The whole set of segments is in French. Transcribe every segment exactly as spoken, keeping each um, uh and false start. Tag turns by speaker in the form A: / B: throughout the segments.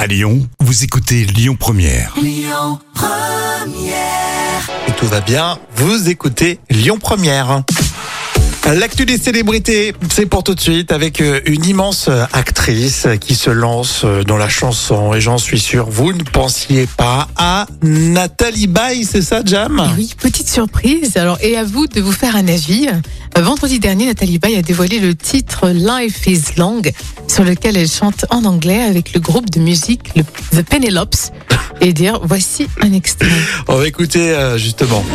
A: À Lyon, vous écoutez Lyon Première.
B: Lyon Première.
C: Et tout va bien, vous écoutez Lyon Première. L'actu des célébrités, c'est pour tout de suite avec une immense actrice qui se lance dans la chanson. Et j'en suis sûr, vous ne pensiez pas à Nathalie Baye, c'est ça, Jam ?
D: Et oui, petite surprise. Alors, et à vous de vous faire un avis. Vendredi dernier, Nathalie Baye a dévoilé le titre Life is Long, sur lequel elle chante en anglais avec le groupe de musique le The Penelopes. Et dire, voici un extrait.
C: On va écouter euh, justement.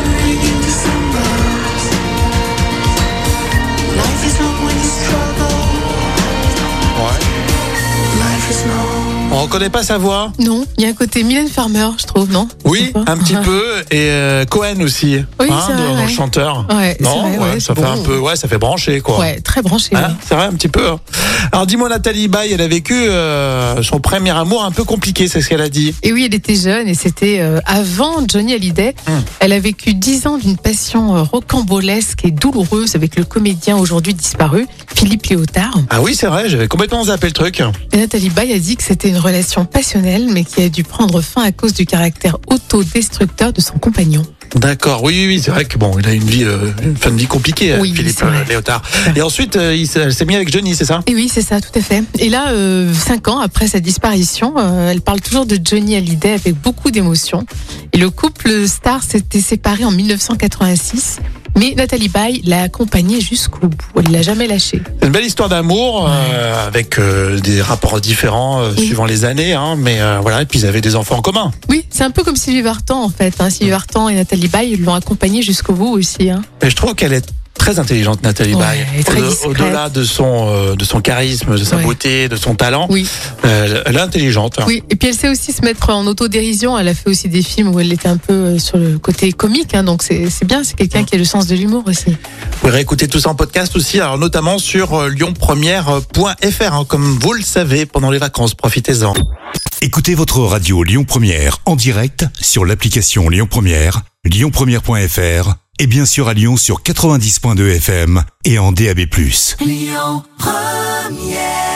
C: On reconnaît pas sa voix ?
D: Non, il y a un côté Mylène Farmer, je trouve, non ?
C: Oui, un petit peu. Et euh, Cohen aussi,
D: Oui,
C: hein,
D: c'est vrai,
C: dans, dans
D: ouais.
C: le chanteur.
D: Ouais, c'est
C: non,
D: vrai,
C: ouais,
D: ouais,
C: ça
D: c'est
C: fait
D: bon.
C: un peu, ouais, ça fait brancher, quoi.
D: Ouais, très branché.
C: Hein,
D: ouais.
C: c'est vrai, un petit peu. Hein. Alors dis-moi, Nathalie Baye, elle a vécu euh, son premier amour un peu compliqué, c'est ce qu'elle a dit.
D: Et oui, elle était jeune et c'était euh, avant Johnny Hallyday.
C: Hum.
D: Elle a vécu dix ans d'une passion euh, rocambolesque et douloureuse avec le comédien aujourd'hui disparu, Philippe Léotard.
C: Ah oui, c'est vrai, j'avais complètement zappé le truc.
D: Et Nathalie Baye a dit que c'était une relation passionnelle, mais qui a dû prendre fin à cause du caractère autodestructeur de son compagnon.
C: D'accord, oui, oui, oui, c'est vrai que bon, il a une vie, euh, une fin de vie compliquée,
D: Oui,
C: Philippe
D: c'est vrai.
C: euh, Léotard. Et ensuite, euh, il s'est, elle s'est mis avec Johnny, c'est ça ?
D: Et oui, c'est ça, tout à fait. Et là, euh, cinq ans après sa disparition, euh, elle parle toujours de Johnny Hallyday avec beaucoup d'émotion. Et le couple star s'était séparé en dix-neuf cent quatre-vingt-six. Mais Nathalie Baye l'a accompagné jusqu'au bout. Elle l'a jamais lâché.
C: C'est une belle histoire d'amour, euh, avec euh, des rapports différents euh,
D: Oui.
C: suivant les années, hein, mais euh, voilà, et puis ils avaient des enfants en commun.
D: Oui, c'est un peu comme Sylvie Vartan en fait. Hein. Sylvie Vartan et Nathalie Baye l'ont accompagnée jusqu'au bout aussi. Hein.
C: Et je trouve qu'elle est très intelligente, Nathalie
D: Ouais,
C: Baye.
D: elle est très
C: Au-
D: discrète.
C: Au-delà de son, euh, de son charisme, de sa
D: Ouais.
C: beauté, de son talent,
D: Oui,
C: euh, elle est intelligente.
D: oui. Et puis elle sait aussi se mettre en autodérision. Elle a fait aussi des films où elle était un peu euh, sur le côté comique. Hein. Donc c'est c'est bien. C'est quelqu'un qui a le sens de l'humour aussi.
C: Vous pouvez réécouter tout ça en podcast aussi, alors notamment sur euh, lyon première point f r, hein, comme vous le savez, pendant les vacances. Profitez-en.
A: Écoutez votre radio Lyon Première en direct sur l'application Lyon Première, lyon première point f r et bien sûr à Lyon sur quatre-vingt-dix point deux F M et en D A B plus.
B: Lyon Première.